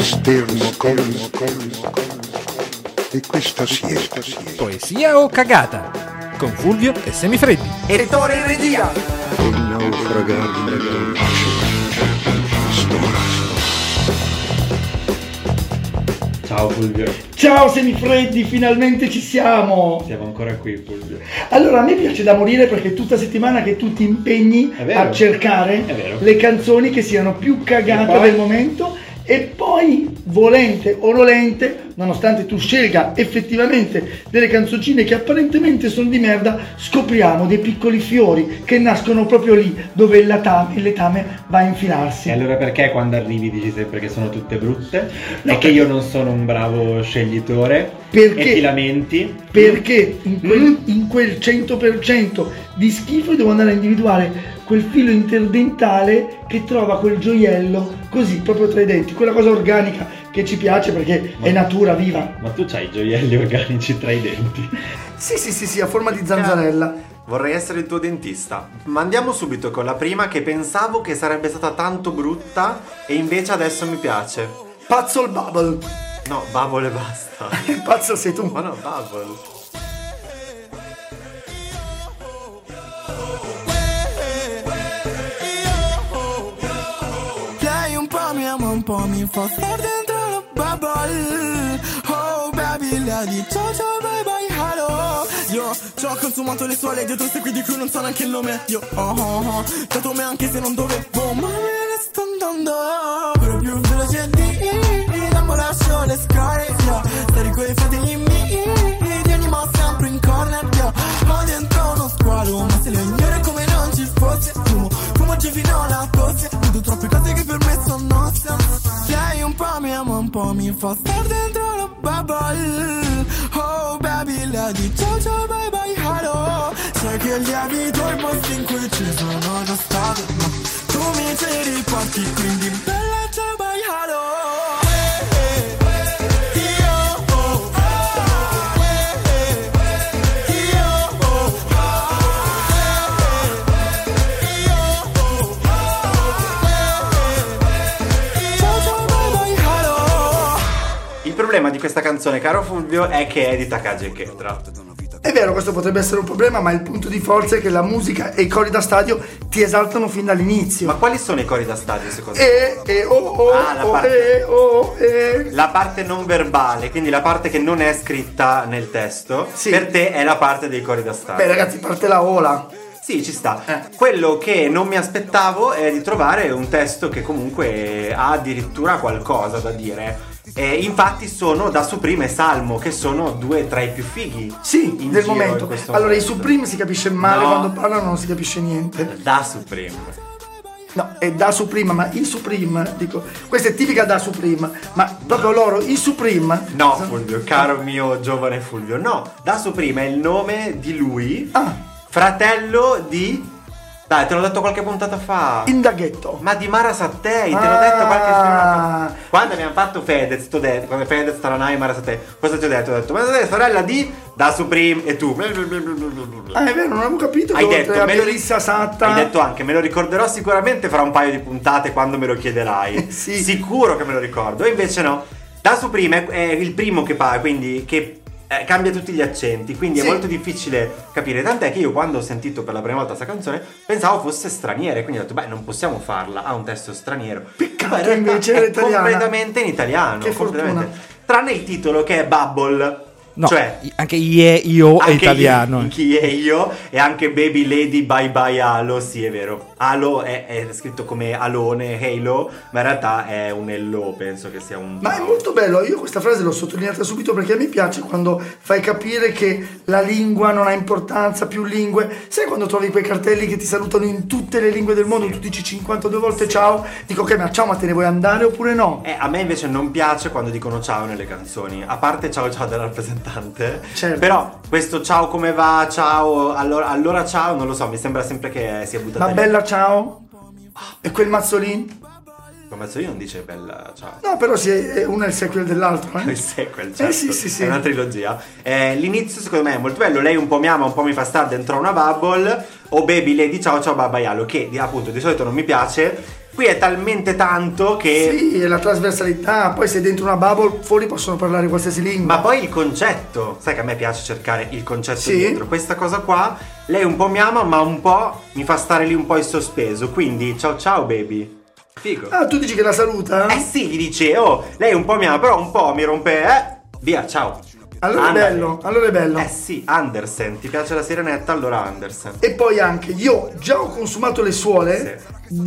esterno colmo, e questa siesta. Poesia o cagata? Con Fulvio e Semifreddi. Ettore in regia. Il naufragare nel Ciao Fulvio. Ciao Semifreddi, finalmente ci siamo. Siamo ancora qui, Fulvio. Allora, a me piace da morire perché tutta settimana che tu ti impegni a cercare le canzoni che siano più cagate del momento e poi, volente o nolente, nonostante tu scelga effettivamente delle canzoncine che apparentemente sono di merda, scopriamo dei piccoli fiori che nascono proprio lì dove il letame va a infilarsi. E allora perché quando arrivi dici sempre che sono tutte brutte? No, è che io non sono un bravo sceglitore e ti lamenti? Perché in quel 100% di schifo devo andare a individuare quel filo interdentale che trova quel gioiello così proprio tra i denti, quella cosa organica che ci piace perché è natura viva. Ma tu c'hai i gioielli organici tra i denti? Sì, a forma di zanzarella. Vorrei essere il tuo dentista. Ma andiamo subito con la prima che pensavo che sarebbe stata tanto brutta e invece adesso mi piace. Puzzle Bubble. No, Bubble e basta. Pazzo sei tu. Ma no, Bubble. Un po' mi fa star dentro la bubble. Oh baby, lady, ciao ciao bye bye hello. Io ci ho consumato le suole dietro se qui di cui non so neanche il nome. Io dato me anche se non dovevo, ma me ne sto andando. Quello più veloce di non lascio le score. Io stare con i fratelli miei, ti animo sempre in corner. Io ho dentro uno squalo, ma se le ignore come non ci fosse. Fumo fino alla tosse, vedo troppe cose che per me sono nostre. Lei un po' mi ama, un po' mi fa star dentro la bubble. Oh baby, lady, ciao ciao bye bye hello. Sai che lievito i posti in cui ci sono già stato, ma tu mi ci riporti, quindi bella ciao bye hello. Il problema di questa canzone, caro Fulvio, è che è di Takagi e Ketra. È vero, questo potrebbe essere un problema, ma il punto di forza è che la musica e i cori da stadio ti esaltano fin dall'inizio. Ma quali sono i cori da stadio secondo te? La parte non verbale, quindi la parte che non è scritta nel testo, sì. Per te è la parte dei cori da stadio. Beh ragazzi, parte la ola. Sì, ci sta. Quello che non mi aspettavo è di trovare un testo che comunque ha addirittura qualcosa da dire. Infatti sono Da Supreme e Salmo, che sono due tra i più fighi del momento. Allora i Supreme si capisce male, quando parlano non si capisce niente. Da Supreme. No, è Da Supreme, ma i Supreme, dico, questa è tipica Da Supreme, ma proprio loro, i Supreme. No, Fulvio, caro mio giovane Fulvio, no, Da Supreme è il nome di lui, fratello di... Dai, te l'ho detto qualche puntata fa. Indaghetto. Ma di Mara Sattei, te l'ho detto qualche settimana fa. Quando abbiamo fatto Fedez, t'ho detto, quando Fedez Taranai e Mara Sattei, cosa ti ho detto? Ho detto, ma sei sorella di Da Supreme e tu. Ah, è vero, non avevo capito. Hai detto, Melissa Satta. Hai detto anche, me lo ricorderò sicuramente fra un paio di puntate quando me lo chiederai. Sì. Sicuro che me lo ricordo. E invece no. Da Supreme è il primo che fa, quindi che... cambia tutti gli accenti, quindi è molto difficile capire, tant'è che io quando ho sentito per la prima volta questa canzone pensavo fosse straniera, quindi ho detto non possiamo farla, ha un testo straniero. Peccato, invece era italiana, completamente in italiano, che completamente. Tranne il titolo che è Bubble. No, cioè anche io è italiano. Chi è io e anche Baby Lady Bye Bye Halo, sì è vero. Halo è scritto come alone, Halo, ma in realtà è un hello, penso che sia un... Ma è molto bello, io questa frase l'ho sottolineata subito perché mi piace quando fai capire che la lingua non ha importanza, più lingue. Sai quando trovi quei cartelli che ti salutano in tutte le lingue del mondo, tu dici 52 volte ciao, dico ok, ma ciao, ma te ne vuoi andare oppure no? A me invece non piace quando dicono ciao nelle canzoni, a parte ciao ciao della rappresentante. Certo. Però questo ciao come va, ciao, allora ciao, non lo so, mi sembra sempre che sia buttata ma lì. Bella ciao? E quel mazzolin? Mazzolini non dice bella ciao. No, però uno è il sequel dell'altro. Il sequel, certo. Sì. È una trilogia. L'inizio secondo me è molto bello. Lei un po' mi ama, un po' mi fa stare dentro una bubble. O baby, lady, ciao babaialo. Che appunto di solito non mi piace. Qui è talmente tanto che... Sì, è la trasversalità. Poi se dentro una bubble, fuori possono parlare qualsiasi lingua. Ma poi il concetto. Sai che a me piace cercare il concetto dietro. Questa cosa qua, lei un po' mi ama, ma un po' mi fa stare lì un po' in sospeso. Quindi ciao baby. Figo. Ah, tu dici che la saluta? Sì, gli dice, lei un po' mi ama, però un po' mi rompe, via, ciao. Allora è bello. Sì, Andersen, ti piace la sirenetta? Allora Andersen. E poi anche, io già ho consumato le suole,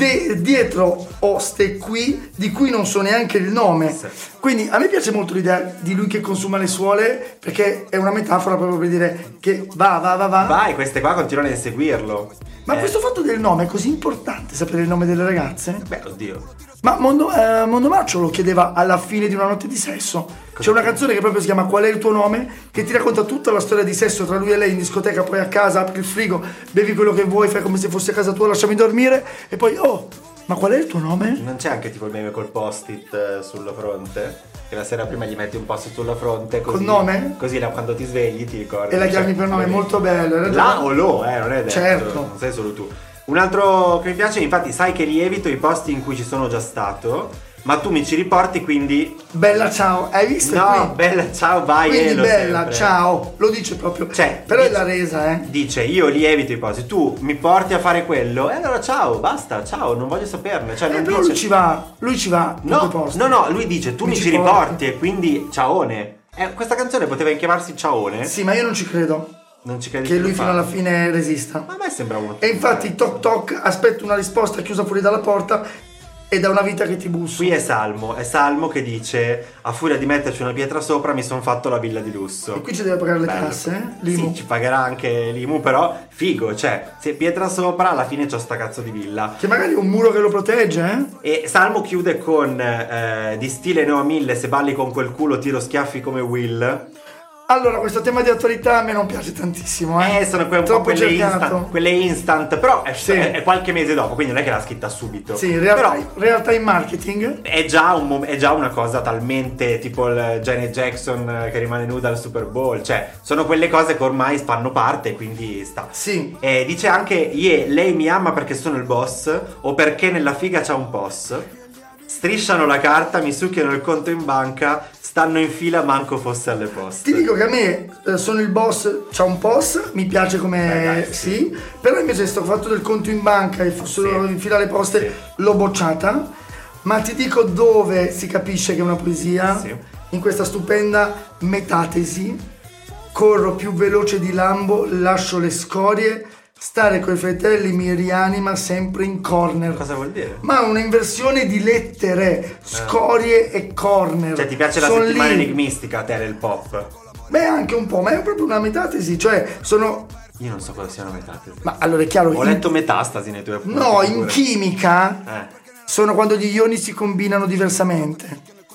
dietro ho ste qui, di cui non so neanche il nome. Sì. Quindi a me piace molto l'idea di lui che consuma le suole, perché è una metafora proprio per dire che va. Vai, queste qua continuano a inseguirlo. Ma questo fatto del nome è così importante, sapere il nome delle ragazze? Beh, oddio. Ma Mondomaccio lo chiedeva alla fine di Una notte di sesso. C'è una canzone che proprio si chiama Qual è il tuo nome? Che ti racconta tutta la storia di sesso tra lui e lei in discoteca, poi a casa apri il frigo, bevi quello che vuoi, fai come se fosse a casa tua, lasciami dormire e poi ma qual è il tuo nome? Non c'è anche tipo il meme col post-it sulla fronte? Che la sera prima gli metti un post sulla fronte così, col nome? Così quando ti svegli ti ricordi. E la chiami per nome, molto bello. La o lo, non è detto. Certo. Non sei solo tu. Un altro che mi piace, infatti sai che li evito i posti in cui ci sono già stato, ma tu mi ci riporti, quindi... Bella ciao, hai visto? No, qui? bella ciao, vai. Quindi bella sempre. Ciao, lo dice proprio. Cioè, però dice, è la resa, Dice, io li evito i posti, tu mi porti a fare quello, e allora ciao, basta, ciao, non voglio saperne. Cioè, non però dice... lui ci va in quei posti. No, lui dice, tu mi ci riporti e quindi ciaone. Questa canzone poteva chiamarsi Ciaone? Sì, ma io non ci credo. Non ci credi che lui fino alla fine resista. Ma a me sembra uno. E infatti toc toc, aspetto una risposta chiusa fuori dalla porta e da una vita che ti busso. Qui è Salmo che dice: a furia di metterci una pietra sopra mi son fatto la villa di lusso. E qui ci deve pagare le tasse, l'IMU. Sì, ci pagherà anche l'IMU, però figo, cioè se pietra sopra alla fine c'ho sta cazzo di villa. Che magari è un muro che lo protegge, E Salmo chiude con di stile ne ho 1000, se balli con quel culo tiro schiaffi come Will. Allora, questo tema di attualità a me non piace tantissimo, sono un po' quelle instant, però è qualche mese dopo, quindi non è che l'ha scritta subito. Sì, real time marketing. È già una cosa talmente tipo il Janet Jackson che rimane nuda al Super Bowl, cioè sono quelle cose che ormai fanno parte, quindi sta. Sì. Dice anche, lei mi ama perché sono il boss o perché nella figa c'ha un POS. Strisciano la carta, mi succhiano il conto in banca, stanno in fila manco fosse alle poste. Ti dico che a me sono il boss, c'ha un POS, mi piace come sì, però invece sto fatto del conto in banca e fossero in fila alle poste l'ho bocciata, ma ti dico dove si capisce che è una poesia, in questa stupenda metatesi, corro più veloce di Lambo, lascio le scorie, stare coi fratelli mi rianima sempre in corner. Cosa vuol dire? Ma una inversione di lettere, scorie e corner. Cioè ti piace la settimana enigmistica a te del pop? Beh, anche un po', ma è proprio una metatesi, cioè sono... Io non so cosa sia una metatesi. Ma allora è chiaro... Ho letto metastasi nei tuoi appunti. No, in chimica sono quando gli ioni si combinano diversamente.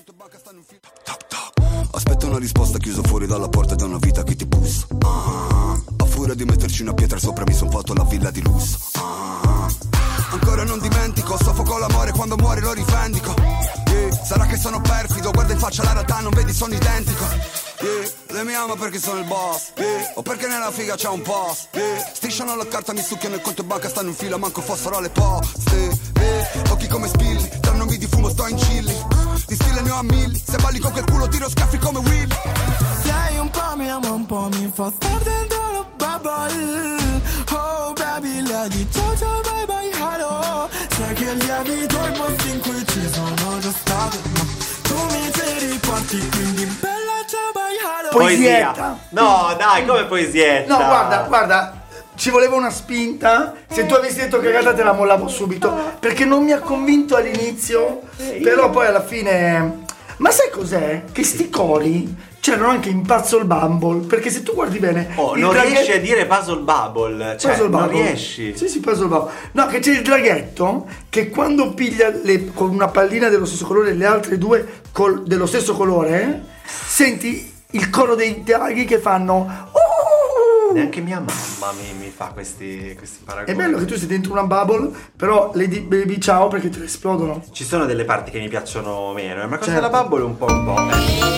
Aspetta una risposta chiusa fuori dalla porta da una vita che ti bussa. A furia di metterci una pietra sopra mi son fatto la villa di lusso. Ancora non dimentico, soffoco l'amore quando muore lo rivendico. Sarà che sono perfido, guarda in faccia la realtà, non vedi sono identico. Lei mi ama perché sono il boss, o perché nella figa c'è un post. Strisciano la carta, mi succhiano il conto in banca, stanno in fila, manco fossero alle poste. Occhi come spilli, tra nomi di fumo sto in chilli. Di stile ne ho a 1000, se balli con quel culo tiro schiaffi come Will. Lei un po' mi ama, un po' mi fa star dentro la bubble. Oh baby, lei di ciao bye bye hello. Sai che lievito i posti in cui ci sono già stato, ma tu mi ci riporti, quindi bella ciao bye hello. Poesietta. No dai, come poesietta? No, guarda, ci voleva una spinta. Se tu avessi detto cagata te la mollavo subito, perché non mi ha convinto all'inizio, però poi alla fine... Ma sai cos'è? Che sti cori c'erano anche in Puzzle Bumble, perché se tu guardi bene... non riesci a dire Puzzle Bubble, cioè Puzzle non Bubble. riesci. Sì, Puzzle Bubble. No, che c'è il draghetto che quando piglia con una pallina dello stesso colore le altre due dello stesso colore, senti il coro dei draghi che fanno... Neanche mia mamma mi fa questi paragoni. È bello che tu sei dentro una bubble, però le baby ciao perché te le esplodono. Ci sono delle parti che mi piacciono meno, ma cosa della bubble un po'. Non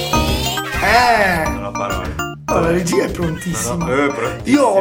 ho parole. Oh, la regia è prontissima. Io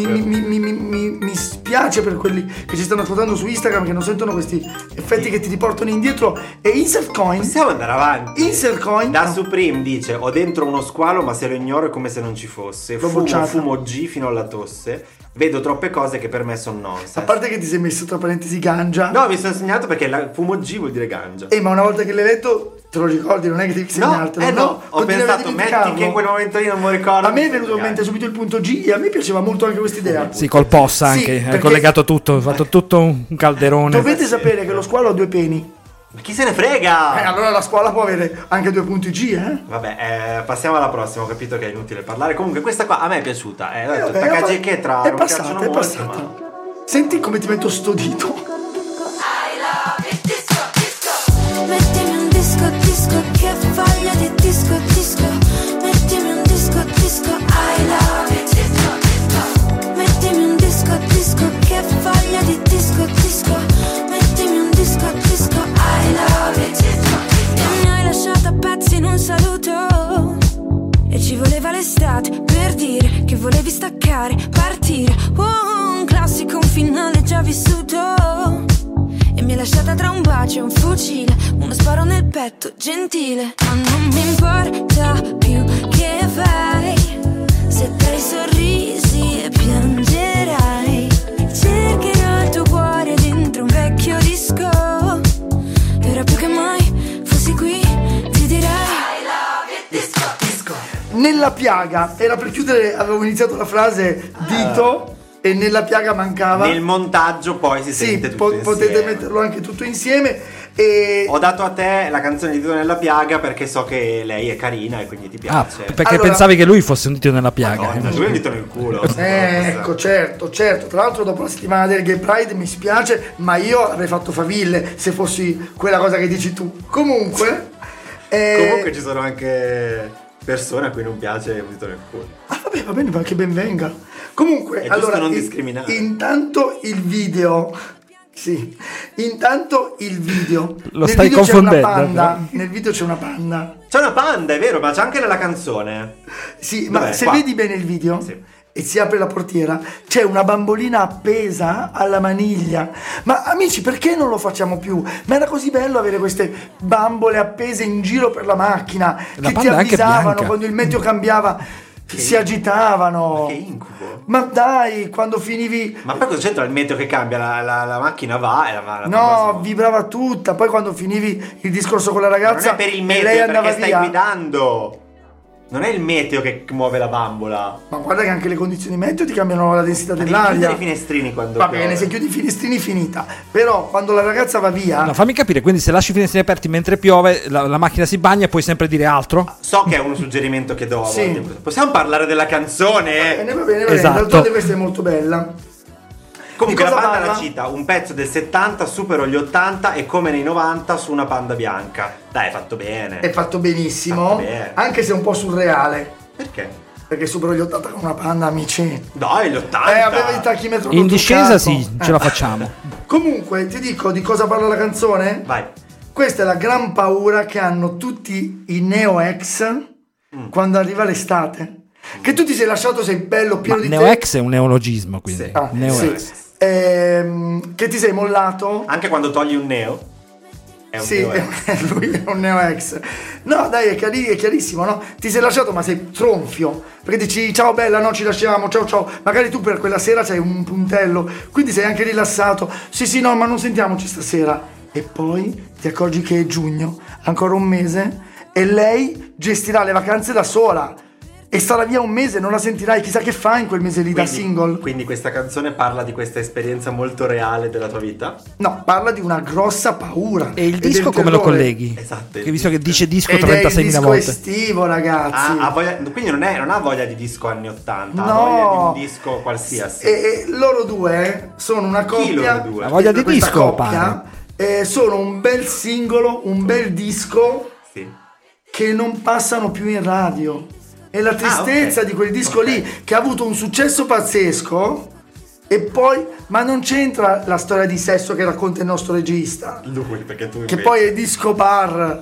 mi spiace per quelli che ci stanno ascoltando su Instagram, che non sentono questi effetti che ti riportano indietro. E Insert Coin. Possiamo andare avanti. Insert Coin. Da Supreme dice: ho dentro uno squalo, ma se lo ignoro è come se non ci fosse. Fumo G fino alla tosse. Vedo troppe cose che per me sono nonsense. A parte che ti sei messo tra parentesi ganja. No, mi sono segnato perché fumo G vuol dire ganja. Ma una volta che l'hai letto te lo ricordi, non è che devi segnartelo. No, ho pensato, metti che in quel momento io non mi ricordo. A me è venuto in mente subito il punto G e a me piaceva molto anche questa idea. Sì, col POS anche, hai collegato tutto, hai fatto tutto un calderone. Dovete sapere che lo squalo ha 2 peni. Ma chi se ne frega? Allora la scuola può avere anche 2 punti G, Vabbè, passiamo alla prossima, ho capito che è inutile parlare. Comunque questa qua a me è piaciuta. Ho detto, che tra è passata. Ma... Senti come ti metto sto dito. I love it, disco. Mettimi un disco, che voglia di disco. Mettimi un disco, I love it, disco. Mettimi un disco, che voglia di disco. Mettimi un disco, I love it, disco. E mi hai lasciato a pezzi in un saluto. E ci voleva l'estate per dire che volevi staccare, partire. Un classico, un finale già vissuto. E mi hai lasciata tra un bacio e un fucile, uno sparo nel petto, gentile. Ma non mi importa più che vai, se tra i sorrisi e piangerai. Cercherò il tuo cuore dentro un vecchio disco. E ora più che mai fossi qui ti direi I love it, disco. Nella piaga, era per chiudere, avevo iniziato la frase dito e nella piaga mancava. Nel montaggio poi si sente tutto potete insieme. metterlo anche tutto insieme. E ho dato a te la canzone di Dito nella piaga perché so che lei è carina e quindi ti piace. Perché pensavi che lui fosse un dito nella piaga. No, lui è un dito nel culo. Ecco, certo. Tra l'altro dopo la settimana del Gay Pride mi spiace, ma io avrei fatto faville se fossi quella cosa che dici tu. Comunque ci sono anche persone a cui non piace un dito nel culo. Vabbè, va bene, ma che ben venga. Comunque, è allora, non discriminare. Intanto il video lo stai confondendo. Nel video c'è una panda. C'è una panda, è vero, ma c'è anche nella canzone. Sì, ma se vedi bene il video e si apre la portiera, c'è una bambolina appesa alla maniglia. Ma amici, perché non lo facciamo più? Ma era così bello avere queste bambole appese in giro per la macchina che ti avvisavano quando il meteo cambiava. Si agitavano. Ma che incubo. Ma dai, quando finivi. Ma poi cosa c'entra il meteo che cambia? La macchina va e la no, vibrava tutta. Poi quando finivi il discorso con la ragazza, non è per il meteo, lei andava perché via. Stai guidando. Non è il meteo che muove la bambola. Ma guarda che anche le condizioni meteo ti cambiano la densità dell'aria. Chiudi i finestrini quando va bene, se chiudi i finestrini finita. Però quando la ragazza va via. No, fammi capire, quindi se lasci i finestrini aperti mentre piove, la macchina si bagna e puoi sempre dire altro? So che è un suggerimento che do a volte. Possiamo parlare della canzone? Va bene. D'altronde questa è molto bella. Comunque la panda la cita, un pezzo del 70 supero gli 80 e come nei 90 su una panda bianca. Dai, è fatto bene. È fatto benissimo, anche se è un po' surreale. Perché? Perché supero gli 80 con una panda, amici. Dai, gli 80! Aveva il tachimetro in discesa sì, ce la facciamo. Comunque, ti dico di cosa parla la canzone? Vai. Questa è la gran paura che hanno tutti i neo-ex quando arriva l'estate. Che tu ti sei lasciato, sei bello, pieno di neo-ex è un neologismo, quindi. Neo-ex. Sì. Che ti sei mollato anche quando togli un neo è un neo-ex. Lui è un neo-ex. No dai, è chiarissimo, no? Ti sei lasciato ma sei tronfio, perché dici ciao bella, no, ci lasciamo, ciao, magari tu per quella sera c'hai un puntello, quindi sei anche rilassato, sì no, ma non sentiamoci stasera, e poi ti accorgi che è giugno, ancora un mese, e lei gestirà le vacanze da sola e starà via un mese, non la sentirai, chissà che fa in quel mese lì da single. Quindi questa canzone parla di questa esperienza molto reale della tua vita? No, parla di una grossa paura. E il disco come lo colleghi? Esatto. Che visto che dice disco 36.000 È volte. il disco estivo, ragazzi. Quindi non ha voglia di disco anni 80, no, ha voglia di un disco qualsiasi. E loro due sono una coppia. La voglia di disco, coppia, sono un bel singolo, un bel disco che non passano più in radio. e la tristezza di quel disco lì, che ha avuto un successo pazzesco. E poi, ma non c'entra la storia di sesso che racconta il nostro regista, lui, perché tu che poi è disco bar,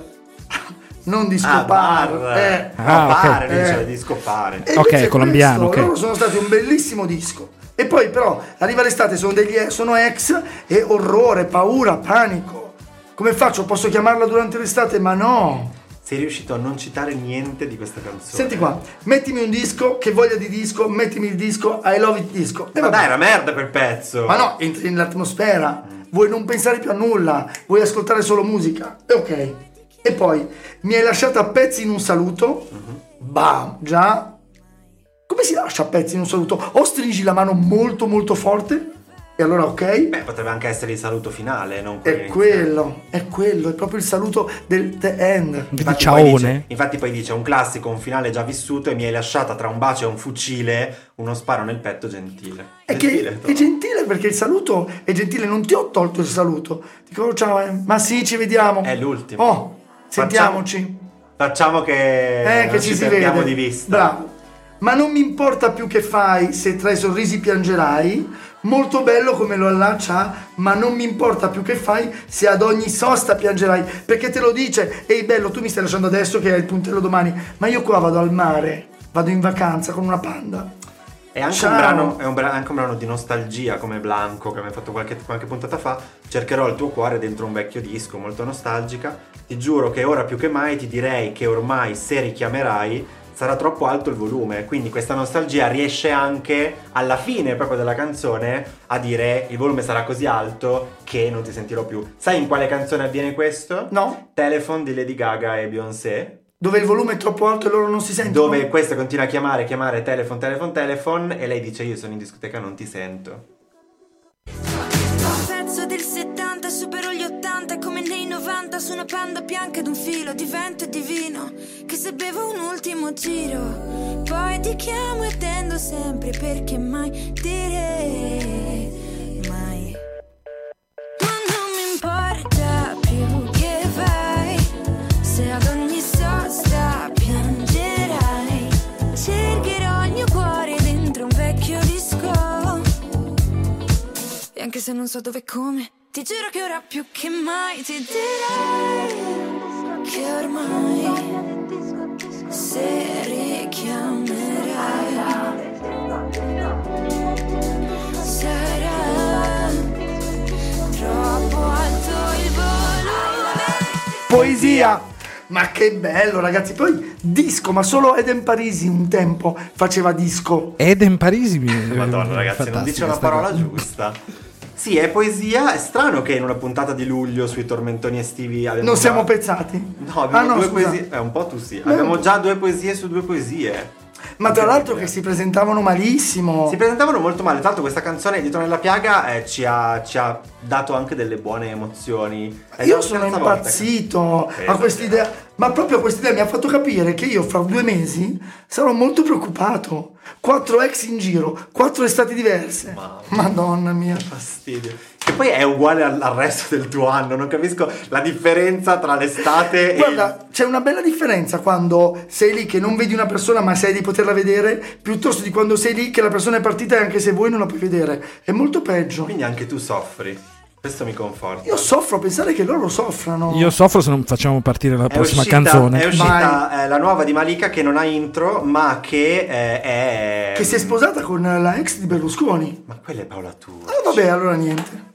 non disco bar. Pare, disco pare. Ok, colombiano. Loro sono stati un bellissimo disco. E poi però arriva l'estate, sono ex e orrore, paura, panico. Come faccio? Posso chiamarla durante l'estate? Ma no. Sei riuscito a non citare niente di questa canzone. Senti qua, mettimi un disco, che voglia di disco, mettimi il disco, I love it disco. Ma dai, era merda quel pezzo. Ma no, entri nell'atmosfera, vuoi non pensare più a nulla, vuoi ascoltare solo musica. E ok. E poi, mi hai lasciato a pezzi in un saluto. Bam, già. Come si lascia a pezzi in un saluto? O stringi la mano molto molto forte, e allora ok. Beh, potrebbe anche essere il saluto finale, non è quello, è proprio il saluto del the end. Infatti poi dice un classico, un finale già vissuto, e mi hai lasciata tra un bacio e un fucile, uno sparo nel petto gentile. È gentile perché il saluto è gentile, non ti ho tolto il saluto. Dico ciao, ma sì, ci vediamo. È l'ultimo. Oh, sentiamoci. Facciamo che ci si perdiamo vede. Di vista. Bravo. Ma non mi importa più che fai, se tra i sorrisi piangerai. Molto bello come lo allaccia, ma non mi importa più che fai, se ad ogni sosta piangerai. Perché te lo dice, ehi bello, tu mi stai lasciando adesso che hai il puntello domani, ma io qua vado al mare, vado in vacanza con una panda. È anche un brano di nostalgia, come Blanco, che abbiamo fatto qualche puntata fa. Cercherò il tuo cuore dentro un vecchio disco, molto nostalgica. Ti giuro che ora più che mai ti direi che ormai, se richiamerai, sarà troppo alto il volume. Quindi questa nostalgia riesce anche alla fine proprio della canzone a dire il volume sarà così alto che non ti sentirò più. Sai in quale canzone avviene questo? No. Telephone di Lady Gaga e Beyoncé. Dove il volume è troppo alto e loro non si sentono? Dove questa continua a chiamare telephone e lei dice io sono in discoteca, non ti sento. Un pezzo del 70 supero gli 80, come nei 90 su una panda bianca ed un filo di vento e di vino, che se bevo un ultimo giro poi ti chiamo e tendo sempre, perché mai dire mai. Ma non mi importa più che vai, se ad ogni sosta piangerai, cercherò il mio cuore dentro un vecchio disco, e anche se non so dove e come, ti giuro che ora più che mai ti direi che ormai, se richiamerai, sarà troppo alto il volume. Poesia! Ma che bello, ragazzi. Poi disco, ma solo Eden Parisi un tempo faceva disco. Eden Parisi? Madonna, ragazzi, non dice una parola giusta. Sì, è poesia. È strano che in una puntata di luglio sui tormentoni estivi non siamo pezzati. No, abbiamo due poesie. Un po' tu sì. Abbiamo già 2 poesie su 2 poesie. Ma tra l'altro che si presentavano malissimo. Si presentavano molto male. Tra l'altro questa canzone Dietro nella piaga ci ha dato anche delle buone emozioni. Io sono impazzito a quest'idea. Ma proprio quest'idea mi ha fatto capire che io fra 2 mesi sarò molto preoccupato. 4 ex in giro, 4 estati diverse. Madonna mia. Che fastidio. Che poi è uguale al resto del tuo anno. Non capisco la differenza tra l'estate. Guarda, c'è una bella differenza quando sei lì che non vedi una persona ma sai di poterla vedere, piuttosto di quando sei lì che la persona è partita e anche se vuoi non la puoi vedere. È molto peggio. Quindi anche tu soffri. Questo mi conforta. Io soffro a pensare che loro soffrano. Io soffro se non facciamo partire la prossima canzone. È uscita la nuova di Malika, che non ha intro, ma che è... Che si è sposata con la ex di Berlusconi. Ma quella è Paola Turci. Vabbè, allora niente.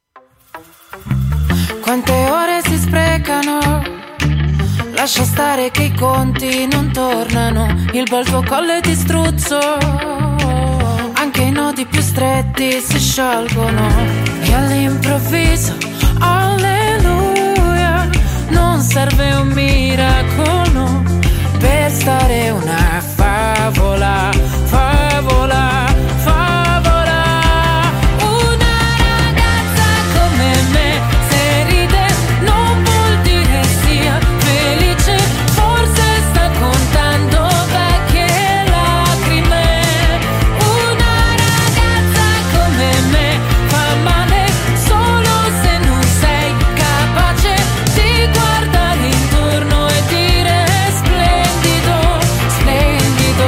Quante ore si sprecano, lascia stare che i conti non tornano, il bel tuo collo è di struzzo, anche i nodi più stretti si sciolgono, e all'improvviso, alleluia, non serve un miracolo per stare una favola, favola, favola. Una ragazza come me, se ride non vuol dire sia felice, forse sta contando vecchie lacrime. Una ragazza come me fa male solo se non sei capace di guardare intorno e dire splendido, splendido.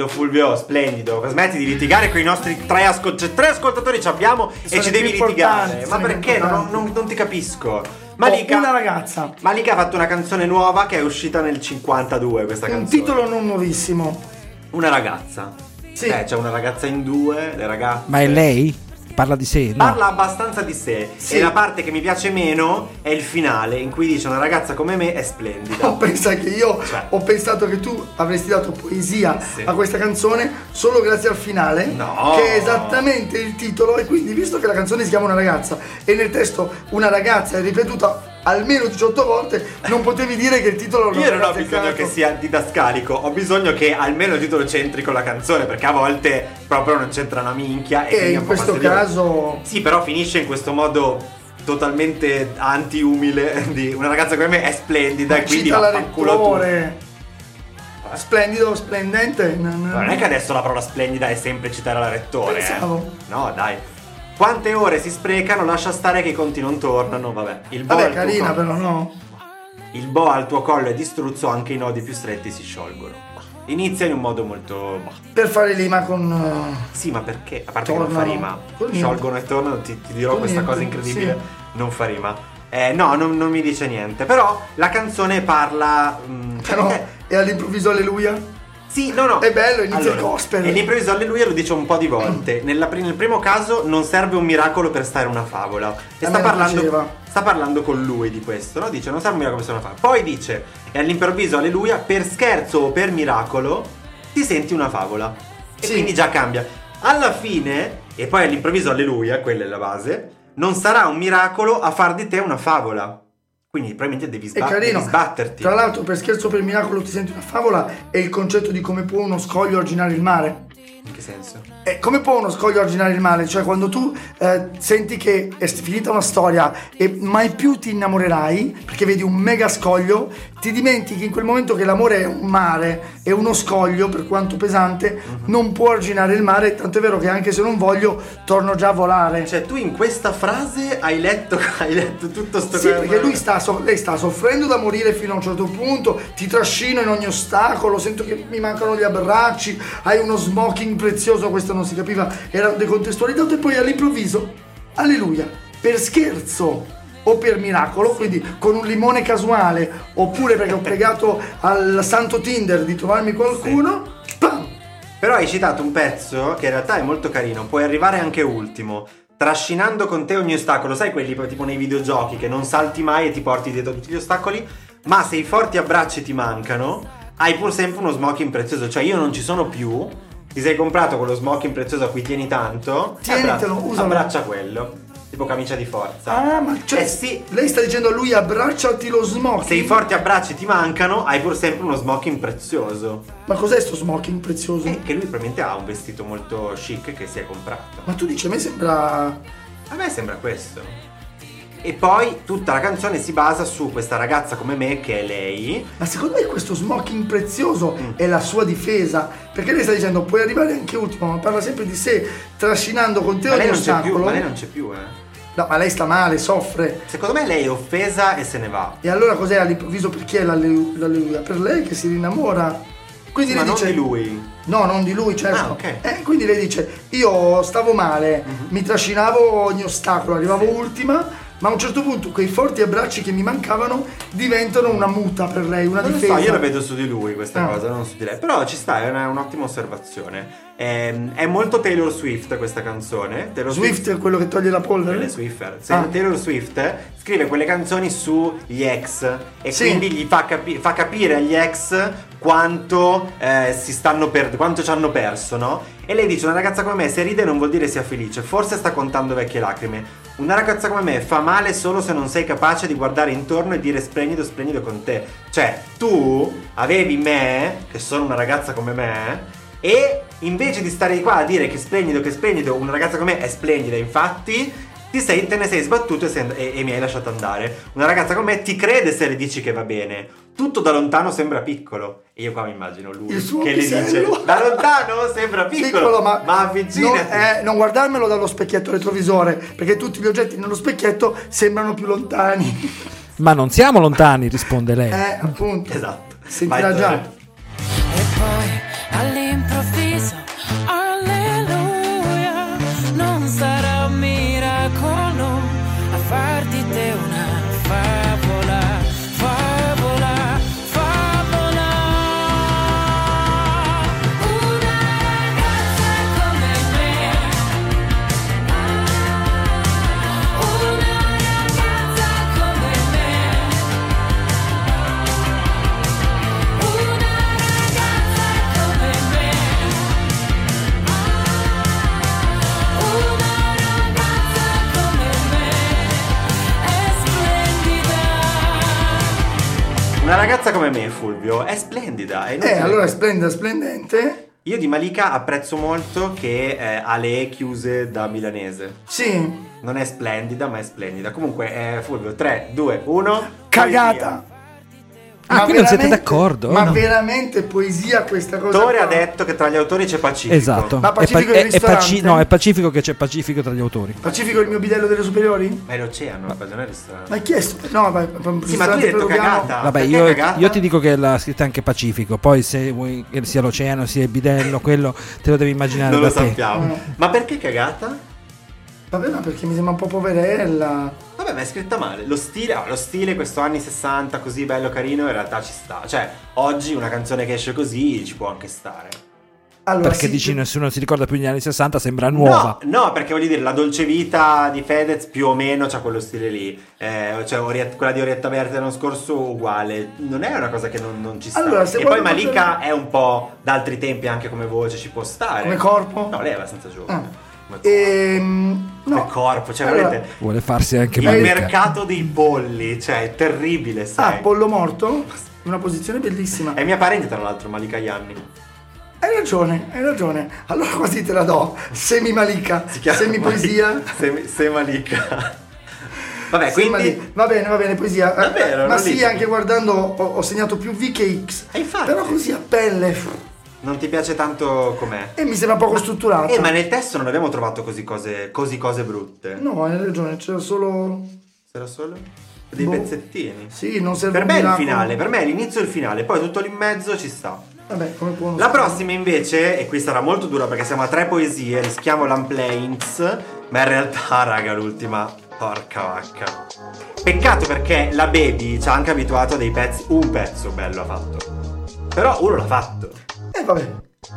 Fulvio, splendido. Smetti di litigare con i nostri tre ascoltatori ci abbiamo e ci devi litigare. Ma perché? Non ti capisco. Malika, una ragazza. Malika ha fatto una canzone nuova che è uscita nel 52, questa canzone. Un titolo non nuovissimo. Una ragazza. Sì. C'è una ragazza in due, le ragazze. Ma è lei? Parla di sé? No. Parla abbastanza di sé. Sì. E la parte che mi piace meno è il finale, in cui dice una ragazza come me è splendida. Ho pensato che tu avresti dato poesia a questa canzone solo grazie al finale, no, che è esattamente il titolo, e quindi visto che la canzone si chiama Una ragazza e nel testo una ragazza è ripetuta almeno 18 volte, non potevi dire che il titolo io non ho bisogno che sia didascalico, ho bisogno che almeno il titolo c'entri con la canzone, perché a volte proprio non c'entra una minchia. E in questo caso sì, però finisce in questo modo totalmente anti-umile di una ragazza come me è splendida, e quindi vaffanculo tu. Splendido, splendente. Non è che adesso la parola splendida è sempre citare la rettore. Pensavo. No, dai. Quante ore si sprecano, lascia stare che i conti non tornano, vabbè. Il boa vabbè, carina però, no? Il boa al tuo collo è distruzzo, anche i nodi più stretti si sciolgono. Inizia in un modo molto... Per fare rima con... Sì, ma perché? A parte che non fa rima. Sciolgono e tornano, ti dirò con questa cosa incredibile. Sì. Non fa rima. No, non mi dice niente. Però la canzone parla... Però è all'improvviso alleluia? Sì, no. È bello, inizia il gospel. E l'improvviso alleluia lo dice un po' di volte. Nel primo caso non serve un miracolo per stare una favola. E sta parlando con lui di questo, no? Dice non serve un miracolo per stare una favola. Poi dice, e all'improvviso alleluia, per scherzo o per miracolo ti senti una favola. E quindi già cambia. Alla fine, e poi all'improvviso alleluia, quella è la base, non sarà un miracolo a far di te una favola. Quindi probabilmente devi sbatterti. Tra l'altro, per scherzo o per miracolo ti senti una favola è il concetto di come può uno scoglio arginare il mare. In che senso? Come può uno scoglio arginare il mare? Cioè quando tu senti che è finita una storia e mai più ti innamorerai perché vedi un mega scoglio, ti dimentichi in quel momento che l'amore è un mare, è uno scoglio, per quanto pesante, non può arginare il mare, tanto è vero che anche se non voglio torno già a volare. Cioè tu in questa frase hai letto tutto sto... Sì, perché lei sta soffrendo da morire fino a un certo punto, ti trascino in ogni ostacolo, sento che mi mancano gli abbracci, hai uno smoking prezioso, questo non si capiva, era decontestualizzato, e poi all'improvviso, alleluia, per scherzo o per miracolo, quindi con un limone casuale, oppure perché ho pregato al santo Tinder di trovarmi qualcuno, pam! Però hai citato un pezzo che in realtà è molto carino, puoi arrivare anche ultimo, trascinando con te ogni ostacolo, sai quelli tipo nei videogiochi che non salti mai e ti porti dietro tutti gli ostacoli, ma se i forti abbracci ti mancano, hai pur sempre uno smoking prezioso, cioè io non ci sono più, ti sei comprato quello smoking prezioso a cui tieni tanto, tienitelo, usalo. Abbraccia quello. Tipo camicia di forza. Ah, ma cioè, sì. Lei sta dicendo a lui abbracciati lo smoking. Se i forti abbracci ti mancano, hai pur sempre uno smoking prezioso. Ma cos'è sto smoking prezioso? Che lui probabilmente ha un vestito molto chic che si è comprato. Ma tu dici, a me sembra questo. E poi tutta la canzone si basa su questa ragazza come me che è lei. Ma secondo me questo smoking prezioso è la sua difesa, perché lei sta dicendo puoi arrivare anche ultimo, ma parla sempre di sé, trascinando con te ogni ostacolo. Ma lei non c'è più, No, ma lei sta male, soffre. Secondo me lei è offesa e se ne va. E allora cos'è all'improvviso? Perché è l'alleluia? Per lei che si rinnamora. Quindi ma lei dice, non di lui. No, non di lui, certo. Ah, ok. Quindi lei dice io stavo male, mi trascinavo ogni ostacolo, arrivavo ultima, ma a un certo punto quei forti abbracci che mi mancavano diventano una muta per lei, una non difesa. So, io la vedo su di lui questa cosa, non su di lei. Però ci sta, è un'ottima osservazione. È molto Taylor Swift questa canzone. Taylor Swift è quello che toglie la polvere? Le Swiffer. Taylor Swift scrive quelle canzoni sugli ex e quindi gli fa capire agli ex quanto quanto ci hanno perso, no? E lei dice una ragazza come me se ride non vuol dire sia felice, forse sta contando vecchie lacrime. Una ragazza come me fa male solo se non sei capace di guardare intorno e dire splendido, splendido con te. Cioè, tu avevi me, che sono una ragazza come me, e invece di stare qua a dire che splendido, una ragazza come me è splendida, infatti te ne sei sbattuto e mi hai lasciato andare. Una ragazza come me ti crede se le dici che va bene. Tutto da lontano sembra piccolo. E io qua mi immagino lui che le dice da lontano sembra piccolo ma avvicinati. Non guardarmelo dallo specchietto retrovisore, perché tutti gli oggetti nello specchietto sembrano più lontani. Ma non siamo lontani, risponde lei. Appunto. Esatto. Sentirà già. E poi all'improvviso ragazza come me, Fulvio, è splendida. Allora è splendida, splendente. Io di Malika apprezzo molto che ha le E chiuse da milanese. Sì. Non è splendida, ma è splendida. Comunque, Fulvio, 3, 2, 1. Cagata. Ah, quindi non siete d'accordo? Ma veramente poesia questa cosa? L'autore ha detto che tra gli autori c'è Pacifico. Esatto. Ma Pacifico è il ristorante? No, è Pacifico, che c'è Pacifico tra gli autori. Pacifico è il mio bidello delle superiori? Ma è l'oceano, non è il ristorante. Ma hai chiesto? No, ma sì, ma tu hai detto cagata. Vabbè, io ti dico che l'ha scritta anche Pacifico. Poi se vuoi che sia l'oceano, sia il bidello, quello te lo devi immaginare. Non da lo te. sappiamo. Ma perché cagata? Vabbè, ma perché mi sembra un po' poverella. Vabbè, ma è scritta male. Lo stile questo anni 60 così bello carino in realtà ci sta. Cioè, oggi una canzone che esce così ci può anche stare. Allora, perché dici nessuno si ricorda più degli anni 60, sembra nuova. No, perché voglio dire, la dolce vita di Fedez più o meno c'ha quello stile lì. Cioè, quella di Orietta Berti l'anno scorso uguale. Non è una cosa che non ci sta. Allora, e poi Malika è un po' da altri tempi anche come voce, ci può stare. Come corpo? No, lei è abbastanza giovane. No. Corpo, cioè allora, vuole farsi anche il mercato dei polli, cioè è terribile, sai. Pollo morto? Una posizione bellissima. È mia parente tra l'altro, Malika Ianni. Hai ragione. Allora quasi te la do. Semi Malika, semi poesia. Semi Malika. Vabbè, quindi va bene, poesia. Davvero? Ma sì, anche guardando ho segnato più V che X. Infatti. Però così a pelle. Non ti piace tanto com'è? E mi sembra poco strutturato. Ma nel testo non abbiamo trovato così cose brutte. No, hai ragione, c'era solo dei pezzettini. Sì, non serve. Per me è il finale, per me è l'inizio e il finale, poi tutto lì in mezzo ci sta. Vabbè, come può La prossima invece, e qui sarà molto dura perché siamo a 3 poesie, rischiamo l'Unplanes, ma in realtà, raga, l'ultima, porca vacca. Peccato perché la Baby ci ha anche abituato a dei pezzi, un pezzo bello ha fatto. Però uno l'ha fatto. Vabbè.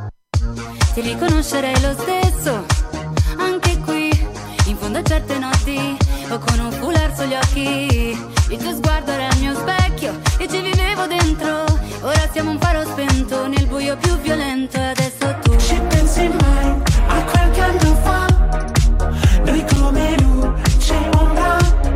Ti riconoscerei lo stesso, anche qui, in fondo a certe notti, o con un foulard sugli occhi. Il tuo sguardo era il mio specchio, e ci vivevo dentro. Ora siamo un faro spento nel buio più violento, e adesso tu ci pensi mai a qualche anno fa? Noi come luce e ombra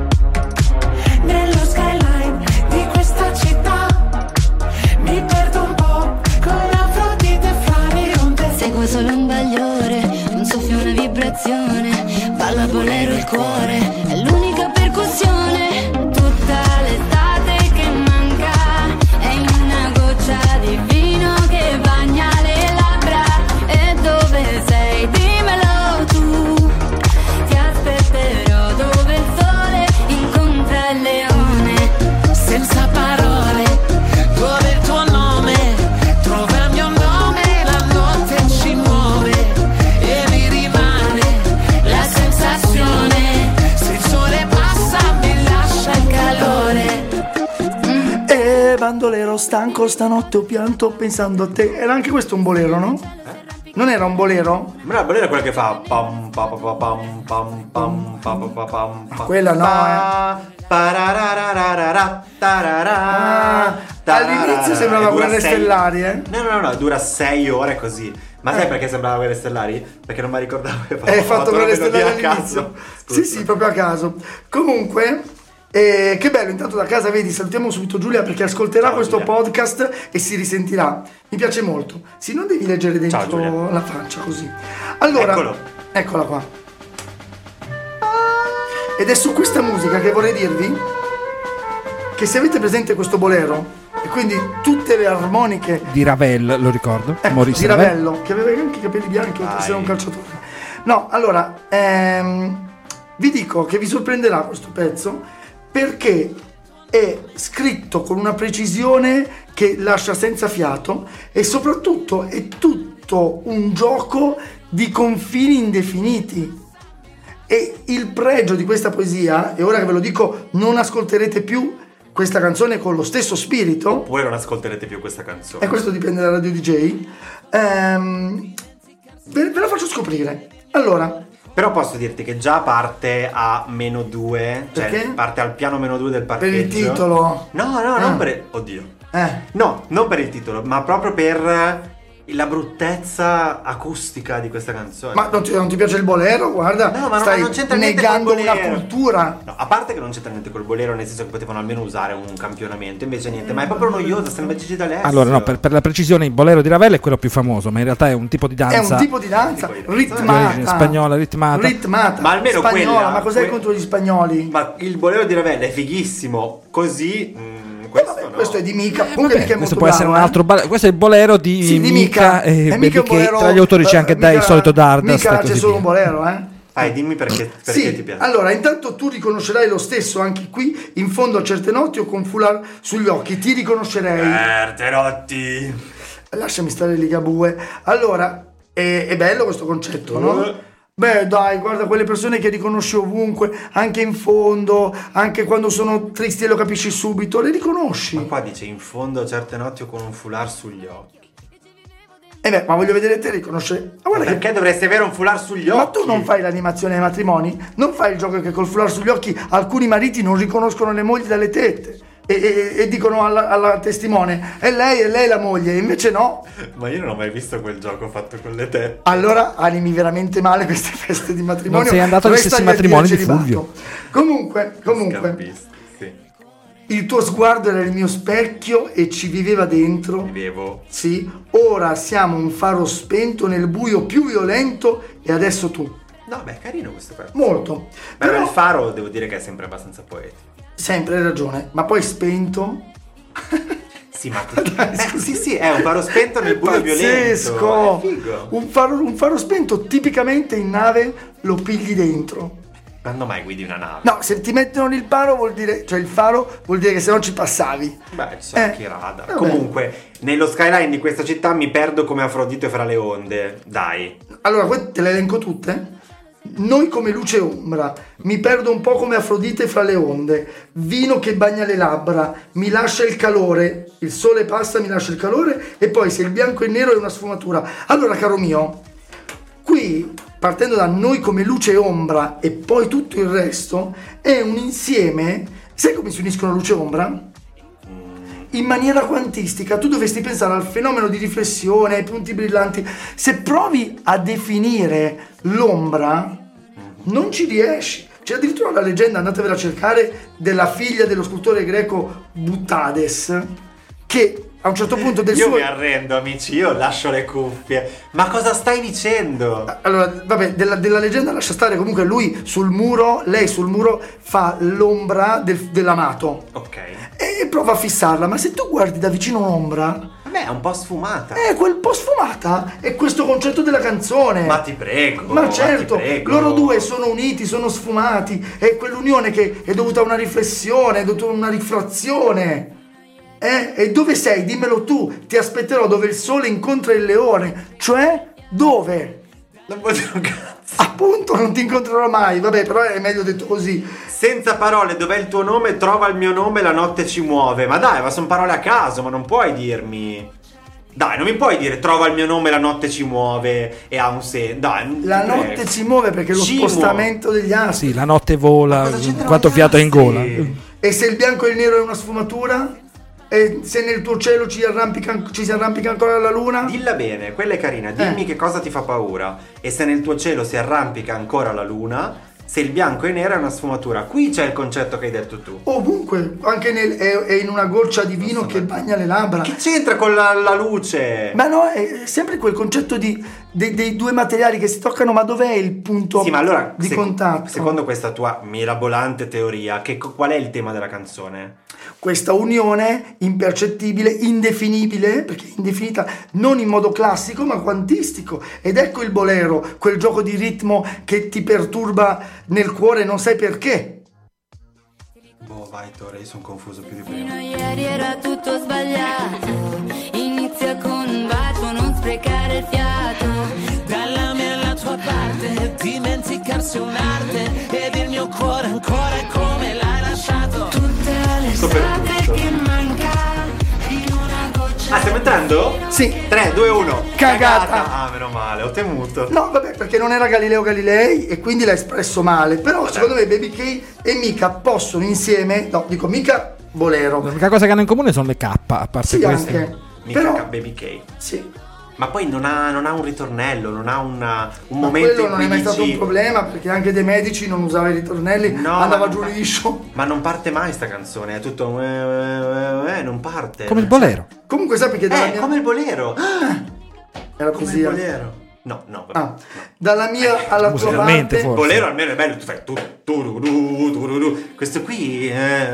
nello skyline di questa città. Mi perdo un po' con l'Afrodite fra le onde. seguo solo un bagliore, un soffio, una vibrazione. Balla bolero il cuore, è l'unica percussione. Tutta l'estate che manca è in una goccia di vino che bagna le labbra. E dove sei? Dimmelo tu. Ti aspetterò dove il sole incontra il leone. Senza parole, dove il tuo nome trova il mio nome. La notte ci muove e mi rimane la sensazione. Se il sole passa mi lascia il calore. Bandolero stanco, stanotte ho pianto pensando a te. Era anche questo un bolero, no? Non era un bolero? Ma il bolero è quella che fa pam pam pam pam pam pam pam pam pam. Quella no, all'inizio sembrava Guerre Stellari, No, dura 6 ore così. Ma sai perché sembrava Guerre Stellari? Perché non mi ricordavo che hai fatto Guerre Stellari all'inizio. Sì, proprio a caso. Comunque che bello, intanto da casa vedi, salutiamo subito Giulia perché ascolterà questo podcast e si risentirà. Mi piace molto. Sì, non devi leggere dentro la faccia così. Allora, eccola qua. Ed è su questa musica che vorrei dirvi che se avete presente questo bolero e quindi tutte le armoniche di Ravel, lo ricordo, Maurice di Ravello, che aveva anche i capelli bianchi oltre a essere un calciatore. No, allora vi dico che vi sorprenderà questo pezzo perché è scritto con una precisione che lascia senza fiato e soprattutto è tutto un gioco di confini indefiniti. E il pregio di questa poesia, e ora che ve lo dico non ascolterete più questa canzone con lo stesso spirito, oppure non ascolterete più questa canzone, e questo dipende dalla radio DJ, ve la faccio scoprire. Allora, però posso dirti che già parte a -2, cioè parte al piano -2 del parcheggio. Per il titolo? No, non per oddio. No, non per il titolo, ma proprio per la bruttezza acustica di questa canzone. Ma non ti piace il bolero? Guarda, no, ma stai non c'entra negando niente col una cultura. No, a parte che non c'entra niente col bolero, nel senso che potevano almeno usare un campionamento, invece niente, ma è proprio noiosa, sembra Gigi D'Alessio. Allora no, per la precisione il bolero di Ravel è quello più famoso, ma in realtà è un tipo di danza. È un tipo di danza ritmata. Spagnola, ritmata. Ma almeno spagnola, quella, ma cos'è contro gli spagnoli? Ma il bolero di Ravel è fighissimo, così... Questo è di Mika. Comunque Mika è questo molto può bravo, essere un altro questo è il bolero di Mika e Mika Baby bolero, tra gli autori c'è anche il solito Dardust. Mika c'è solo un bolero, Vai, dimmi perché ti piace. Allora, intanto tu riconoscerai lo stesso anche qui, in fondo a certe notti o con foulard sugli occhi, ti riconoscerei. Certe notti. Lasciami stare Ligabue. Allora, è bello questo concetto, no? Beh dai, guarda quelle persone che riconosci ovunque, anche in fondo, anche quando sono tristi e lo capisci subito, le riconosci. Ma qua dice in fondo certe notti o con un foulard sugli occhi. Ma voglio vedere te riconoscere. Ma guarda perché dovresti avere un foulard sugli occhi? Ma tu non fai l'animazione ai matrimoni? Non fai il gioco che col foulard sugli occhi alcuni mariti non riconoscono le mogli dalle tette? E dicono alla testimone è lei la moglie, invece no. Ma io non ho mai visto quel gioco fatto con le tette. Allora animi veramente male queste feste di matrimonio. Non sei andato agli stessi matrimoni di Fulvio. Comunque sì. Il tuo sguardo era il mio specchio e ci viveva dentro. Vivevo. Sì, ora siamo un faro spento nel buio più violento e adesso tu. No, beh, carino questo pezzo. Molto. Però il faro devo dire che è sempre abbastanza poetico. Sempre hai ragione, ma poi spento. Sì, ma sì, è un faro spento nel buio violento. Un faro spento tipicamente in nave lo pigli dentro. Quando mai guidi una nave? No, se ti mettono il faro vuol dire, cioè il faro vuol dire che se non ci passavi. Beh, ci sono anche i radar. Comunque, nello skyline di questa città mi perdo come Afrodite fra le onde. Dai. Allora, te le elenco tutte? Noi come luce e ombra, mi perdo un po' come Afrodite fra le onde, vino che bagna le labbra, mi lascia il calore, il sole passa, mi lascia il calore, e poi se il bianco e il nero è una sfumatura. Allora, caro mio, qui, partendo da noi come luce e ombra e poi tutto il resto, è un insieme. Sai come si uniscono luce e ombra? In maniera quantistica. Tu dovresti pensare al fenomeno di riflessione, ai punti brillanti. Se provi a definire l'ombra, non ci riesci. C'è addirittura la leggenda, andatevela a cercare, della figlia dello scultore greco Butades, che a un certo punto del io suo... mi arrendo, amici, io lascio le cuffie. Ma cosa stai dicendo? Allora, vabbè, della leggenda lascia stare. Comunque lui sul muro, lei sul muro fa l'ombra dell'amato. Ok. E prova a fissarla, ma se tu guardi da vicino un'ombra... Beh, è un po' sfumata. Quel po' sfumata è questo concetto della canzone. Ma ti prego. Ma certo, ti prego. Loro due sono uniti, sono sfumati. È quell'unione che è dovuta a una riflessione, è dovuta a una rifrazione. E dove sei? Dimmelo tu. Ti aspetterò dove il sole incontra il leone. Cioè, dove? Non vuol dire un cazzo. Appunto, non ti incontrerò mai. Vabbè, però è meglio detto così. Senza parole, dov'è il tuo nome? Trova il mio nome, la notte ci muove. Ma dai, ma sono parole a caso, ma non puoi dirmi. Dai, non mi puoi dire trova il mio nome, la notte ci muove e ha un senso. Dai, la notte ci muove perché è lo spostamento degli astri. Sì, la notte vola, quanto fiato è in gola. E se il bianco e il nero è una sfumatura? E se nel tuo cielo ci si arrampica ancora la luna? Dilla bene, quella è carina. Dimmi che cosa ti fa paura. E se nel tuo cielo si arrampica ancora la luna, se il bianco e nero è una sfumatura. Qui c'è il concetto che hai detto tu. Ovunque, anche è in una goccia di vino che bagna le labbra. Che c'entra con la luce? Ma no, è sempre quel concetto dei due materiali che si toccano, ma dov'è il punto di contatto? Secondo questa tua mirabolante teoria, qual è il tema della canzone? Questa unione impercettibile, indefinibile, perché è indefinita non in modo classico ma quantistico. Ed ecco il bolero, quel gioco di ritmo che ti perturba nel cuore e non sai perché. Boh, vai Tore, io sono confuso più di prima. Ieri era tutto sbagliato, inizia con un bacio, non sprecare il fiato. Dalla mia alla tua parte, dimenticarsi un'arte, ed il mio cuore ancora è come l'hai lasciato. Tutte le strade che manca in una goccia. Ah, stiamo entrando? Sì. 3, 2, 1. Cagata. Ah, meno male, ho temuto. No, vabbè, perché non era Galileo Galilei e quindi l'ha espresso male. Però secondo me Baby K e Mika possono insieme, no, dico Mika bolero. L'unica cosa che hanno in comune sono le K, a parte sì, queste. anche. Mika però, Baby K. Sì. Ma poi non ha un ritornello, non ha un momento quello in non cui è mai dici... stato un problema, perché anche De Medici non usava i ritornelli, andava giù liscio. Ma non parte mai sta canzone, è tutto non parte. Come il bolero. Comunque sappi che dalla mia... come il bolero. Era come così. il bolero. No, vabbè, no. Dalla mia alla tua parte. Il bolero almeno è bello, tu fai questo qui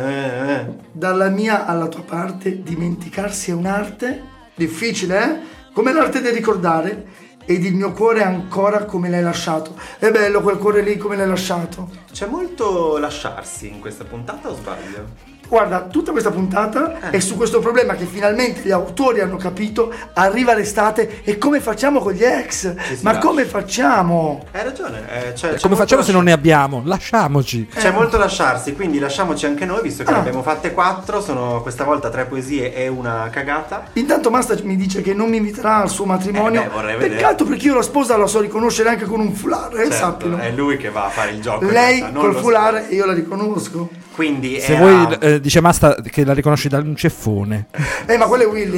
Dalla mia alla tua parte, dimenticarsi è un'arte difficile, come l'arte del ricordare, ed il mio cuore è ancora come l'hai lasciato. È bello quel cuore lì come l'hai lasciato. C'è molto lasciarsi in questa puntata o sbaglio? Guarda, tutta questa puntata è su questo problema che finalmente gli autori hanno capito. Arriva l'estate e come facciamo con gli ex? Ma come facciamo? Hai ragione. Come facciamo se non ne abbiamo? Lasciamoci. C'è molto lasciarsi, quindi lasciamoci anche noi, visto che ne abbiamo fatte 4. Sono questa volta 3 poesie e una cagata. Intanto Masta mi dice che non mi inviterà al suo matrimonio. Vorrei vedere. Peccato, perché io la sposa la so riconoscere anche con un foulard, sappilo. È lui che va a fare il gioco. Lei col foulard e io la riconosco. Quindi se vuoi dice Masta che la riconosci da un ceffone. Ma quello è Willy,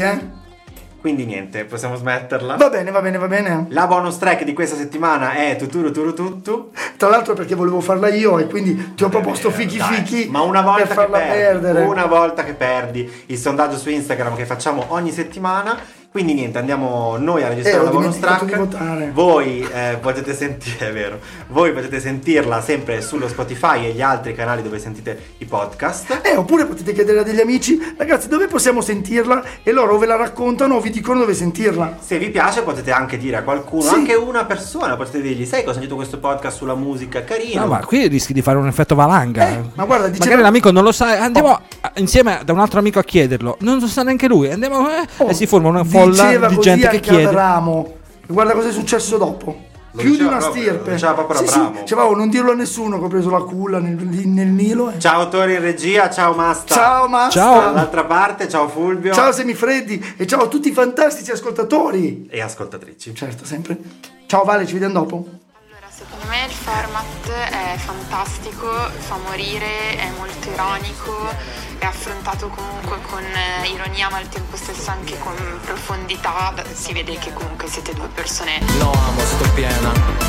Quindi niente, possiamo smetterla. Va bene. La bonus track di questa settimana è Tuturu. Tra l'altro perché volevo farla io e quindi ti ho proposto fichi. Ma una volta per farla perdere. Una volta che perdi il sondaggio su Instagram che facciamo ogni settimana. Quindi niente, andiamo noi a registrare la bonus track. Voi potete sentire, è vero. Voi potete sentirla sempre sullo Spotify e gli altri canali dove sentite i podcast. Oppure potete chiedere a degli amici, ragazzi, dove possiamo sentirla? E loro ve la raccontano o vi dicono dove sentirla. Se vi piace potete anche dire a qualcuno, anche una persona, potete dirgli, sai che ho sentito questo podcast sulla musica, carino. No, ma qui rischi di fare un effetto valanga. Ma guarda, magari l'amico non lo sa, andiamo insieme da un altro amico a chiederlo. Non lo sa neanche lui, andiamo e si forma una folla di gente che chiede. Abramo. Guarda cosa è successo dopo. Più di una stirpe. Diceva proprio Abramo. Diceva, non dirlo a nessuno che ho preso la culla nel Nilo. Ciao Tori in regia, ciao Masta. Ciao Masta. Ciao. Dall'altra parte, ciao Fulvio. Ciao Semifreddi e ciao a tutti i fantastici ascoltatori. E ascoltatrici. Certo, sempre. Ciao Vale, ci vediamo dopo. Secondo me il format è fantastico, fa morire, è molto ironico, è affrontato comunque con ironia ma al tempo stesso anche con profondità. Si vede che comunque siete due persone. No amo, sto piena.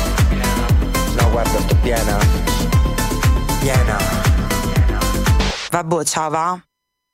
No guarda, sto piena. Piena. Vabbè, ciao va.